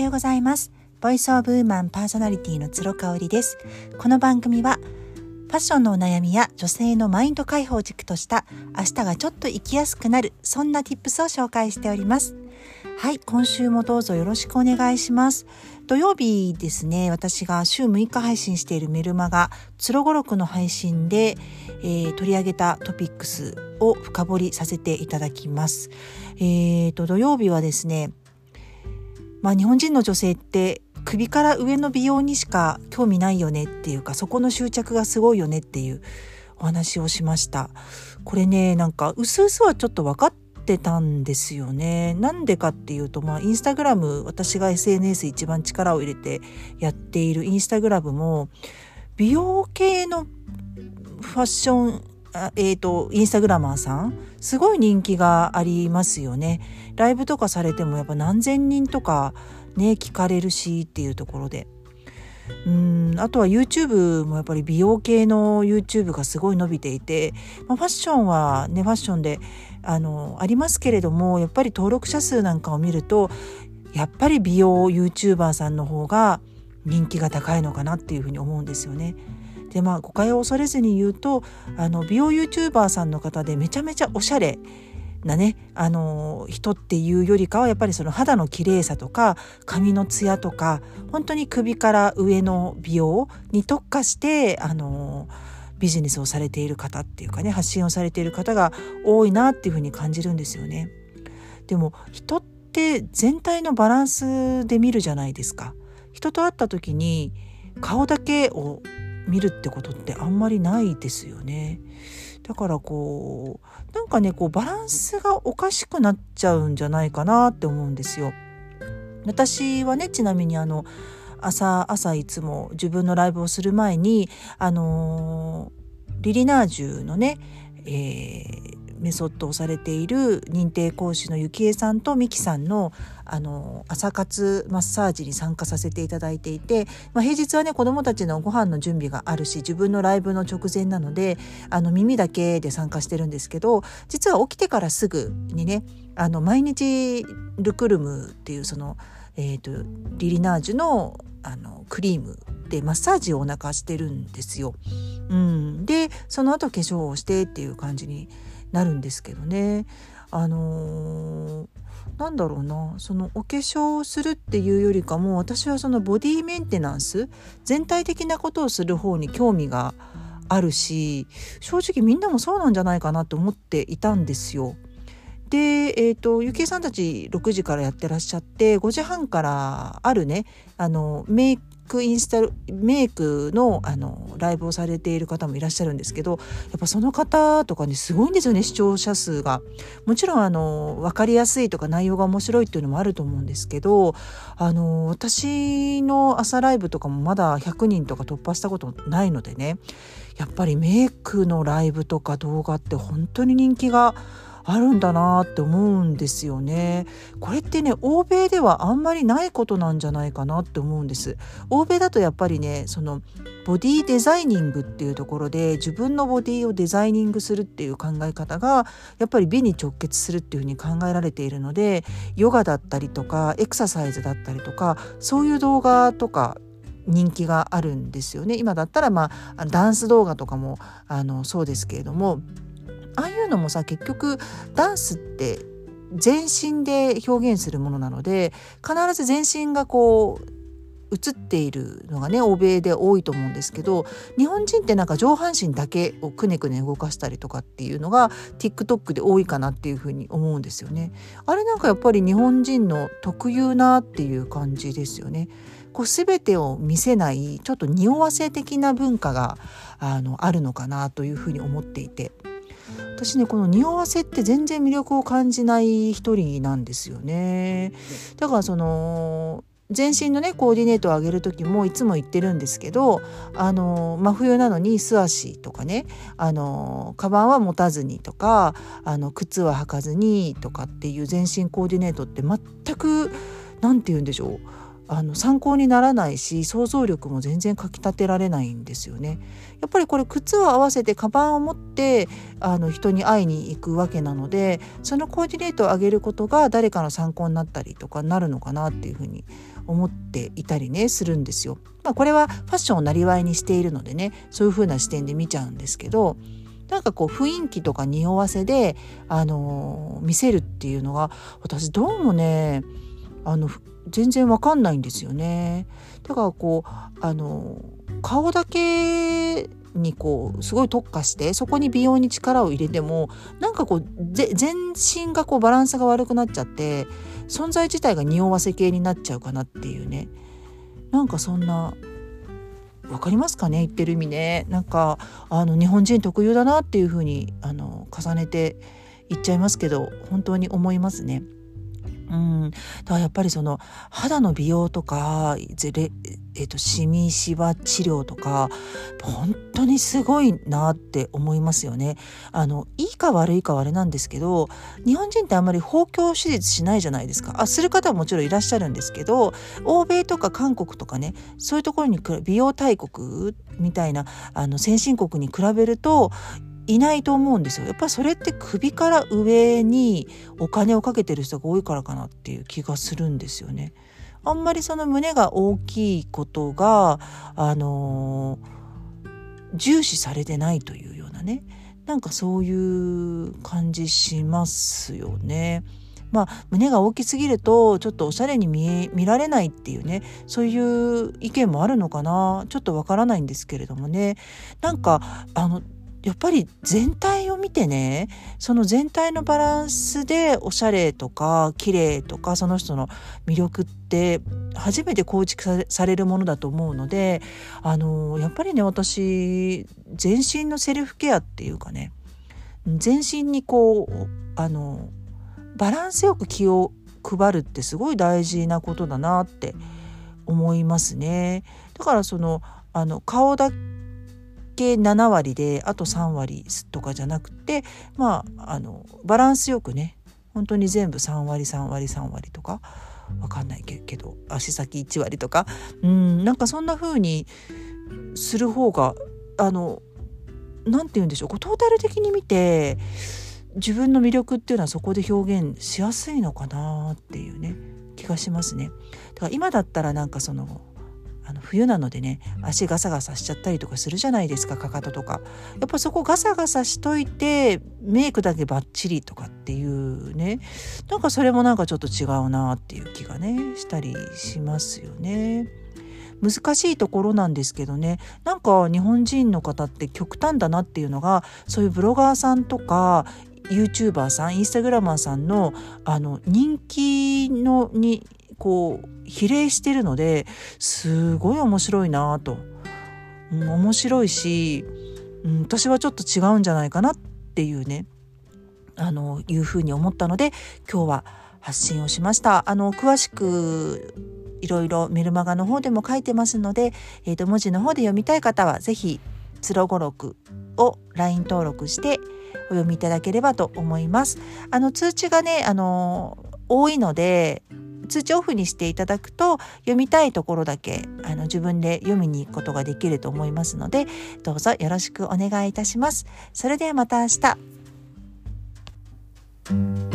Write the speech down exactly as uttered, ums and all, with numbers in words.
ようございます。ボイスオブウーマンパーソナリティのつろかおりです。この番組はファッションのお悩みや女性のマインド解放を軸とした明日がちょっと生きやすくなる、そんな Tips を紹介しております。はい、今週もどうぞよろしくお願いします。土曜日ですね、私が週むいか配信しているメルマガつろごろくの配信で、えー、取り上げたトピックスを深掘りさせていただきます。えーと土曜日はですね、まあ、日本人の女性って首から上の美容にしか興味ないよねっていうか、そこの執着がすごいよねっていうお話をしました。これね、なんかうすうすはちょっと分かってたんですよね。なんでかっていうと、まあインスタグラム、私が エスエヌエス 一番力を入れてやっているインスタグラムも美容系のファッションえーと、インスタグラマーさんすごい人気がありますよね。ライブとかされてもやっぱ何千人とかね聞かれるしっていうところで、うーんあとは YouTube もやっぱり美容系の YouTube がすごい伸びていて、まあ、ファッションはねファッションであのありますけれども、やっぱり登録者数なんかを見るとやっぱり美容 YouTuber さんの方が人気が高いのかなっていうふうに思うんですよね。でまあ誤解を恐れずに言うと、あの美容 YouTuber さんの方でめちゃめちゃおしゃれなね、あの人っていうよりかはやっぱりその肌の綺麗さとか髪のツヤとか本当に首から上の美容に特化してあのビジネスをされている方っていうかね、発信をされている方が多いなっていうふうに感じるんですよね。でも人って全体のバランスで見るじゃないですか。人と会った時に顔だけを見るってことってあんまりないですよね。だからこうなんかねこうバランスがおかしくなっちゃうんじゃないかなって思うんですよ。私はね、ちなみにあの朝朝いつも自分のライブをする前にあのリリナージュのね、えーメソッドをされている認定講師のゆきえさんとみきさんのあの朝活マッサージに参加させていただいていて、まあ、平日はね子どもたちのご飯の準備があるし、自分のライブの直前なのであの耳だけで参加してるんですけど、実は起きてからすぐにねあの毎日ルクルムっていうその、えーと、リリナージュの、あのクリームでマッサージをお腹してるんですよ。うん、でその後化粧をしてっていう感じになるんですけどね。あのー、なんだろうな、そのお化粧をするっていうよりかも、私はそのボディメンテナンス全体的なことをする方に興味があるし、正直みんなもそうなんじゃないかなと思っていたんですよ。で、えーと、ゆきえさんたちろくじからやってらっしゃって、ごじはんからあるねあのメイクインスタメイク の, あのライブをされている方もいらっしゃるんですけど、やっぱその方とかねすごいんですよね、視聴者数が。もちろんあの分かりやすいとか内容が面白いっていうのもあると思うんですけど、あの私の朝ライブとかもまだひゃくにんとか突破したことないのでね、やっぱりメイクのライブとか動画って本当に人気があるんだなって思うんですよね。これってね欧米ではあんまりないことなんじゃないかなって思うんです。欧米だとやっぱりねそのボディデザイニングっていうところで自分のボディをデザイニングするっていう考え方がやっぱり美に直結するっていうふうに考えられているので、ヨガだったりとかエクササイズだったりとかそういう動画とか人気があるんですよね。今だったらまあダンス動画とかもあのそうですけれども、ああいうのもさ結局ダンスって全身で表現するものなので、必ず全身がこう映っているのがね欧米で多いと思うんですけど、日本人ってなんか上半身だけをくねくね動かしたりとかっていうのが TikTok で多いかなっていうふうに思うんですよね。あれなんかやっぱり日本人の特有なっていう感じですよね。こう全てを見せないちょっと匂わせ的な文化が あの、あるのかなというふうに思っていて、私ねこの匂わせって全然魅力を感じない一人なんですよね。だからその全身のねコーディネートを上げる時もいつも言ってるんですけど、あの真冬なのに素足とかね、あのカバンは持たずにとか、あの靴は履かずにとかっていう全身コーディネートって全くなんて言うんでしょう、あの参考にならないし、想像力も全然かきたてられないんですよね。やっぱりこれ靴を合わせてカバンを持ってあの人に会いに行くわけなので、そのコーディネートを上げることが誰かの参考になったりとかなるのかなっていうふうに思っていたりねするんですよ。まあ、これはファッションをなりわいにしているのでね、そういう風な視点で見ちゃうんですけど、なんかこう雰囲気とか匂わせで、あのー、見せるっていうのが私どうもねあの全然わかんないんですよね。だからこうあの顔だけにこうすごい特化してそこに美容に力を入れてもなんかこう全身がこうバランスが悪くなっちゃって存在自体が匂わせ系になっちゃうかなっていうね、なんかそんな、わかりますかね言ってる意味ね。なんかあの日本人特有だなっていう風にあの重ねて言っちゃいますけど本当に思いますね。うん、だからやっぱりその肌の美容とかゼレ、えっと、シミシワ治療とか本当にすごいなって思いますよね。あのいいか悪いかはあれなんですけど、日本人ってあんまり包協手術しないじゃないですか。あする方はもちろんいらっしゃるんですけど、欧米とか韓国とかね、そういうところに美容大国みたいなあの先進国に比べるといないと思うんですよ。やっぱりそれって首から上にお金をかけてる人が多いからかなっていう気がするんですよね。あんまりその胸が大きいことが、あのー、重視されてないというようなね、なんかそういう感じしますよね。まあ胸が大きすぎるとちょっとおしゃれに見え見られないっていうね、そういう意見もあるのかな、ちょっとわからないんですけれどもね。なんかあのやっぱり全体を見てね、その全体のバランスでおしゃれとか綺麗とかその人の魅力って初めて構築され、されるものだと思うので、あのやっぱりね私全身のセルフケアっていうかね、全身にこうあのバランスよく気を配るってすごい大事なことだなって思いますね。だからそのあの顔だけなな割であとさん割とかじゃなくて、まああのバランスよくね、本当に全部さん割さん割さん割とかわかんないけど足先いち割とか、うんなんかそんな風にする方があのなんて言うんでしょう、こうトータル的に見て自分の魅力っていうのはそこで表現しやすいのかなっていうね気がしますね。だから今だったらなんかそのあの冬なのでね足ガサガサしちゃったりとかするじゃないですか、かかととか。やっぱそこガサガサしといてメイクだけバッチリとかっていうね、なんかそれもなんかちょっと違うなっていう気がねしたりしますよね。難しいところなんですけどね、なんか日本人の方って極端だなっていうのが、そういうブロガーさんとかYouTuber さんインスタグラマーさんのあの人気のにこう比例してるのですごい面白いなと、うん、面白いし、うん、私はちょっと違うんじゃないかなっていうねあのいうふうに思ったので今日は発信をしました。あの詳しくいろいろメルマガの方でも書いてますので、えーと、文字の方で読みたい方はぜひつろごろくを ライン 登録してお読みいただければと思います。あの通知がねあの多いので通知オフにしていただくと読みたいところだけあの自分で読みに行くことができると思いますので、どうぞよろしくお願いいたします。それではまた明日。